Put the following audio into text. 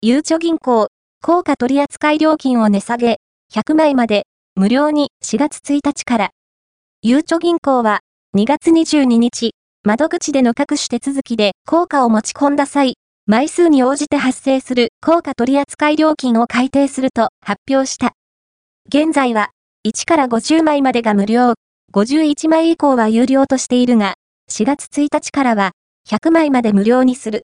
ゆうちょ銀行、硬貨取扱料金を値下げ、100枚まで無料に4月1日から。ゆうちょ銀行は2月22日、窓口での各種手続きで硬貨を持ち込んだ際、枚数に応じて発生する硬貨取扱料金を改定すると発表した。現在は1から50枚までが無料、51枚以降は有料としているが、4月1日からは100枚まで無料にする。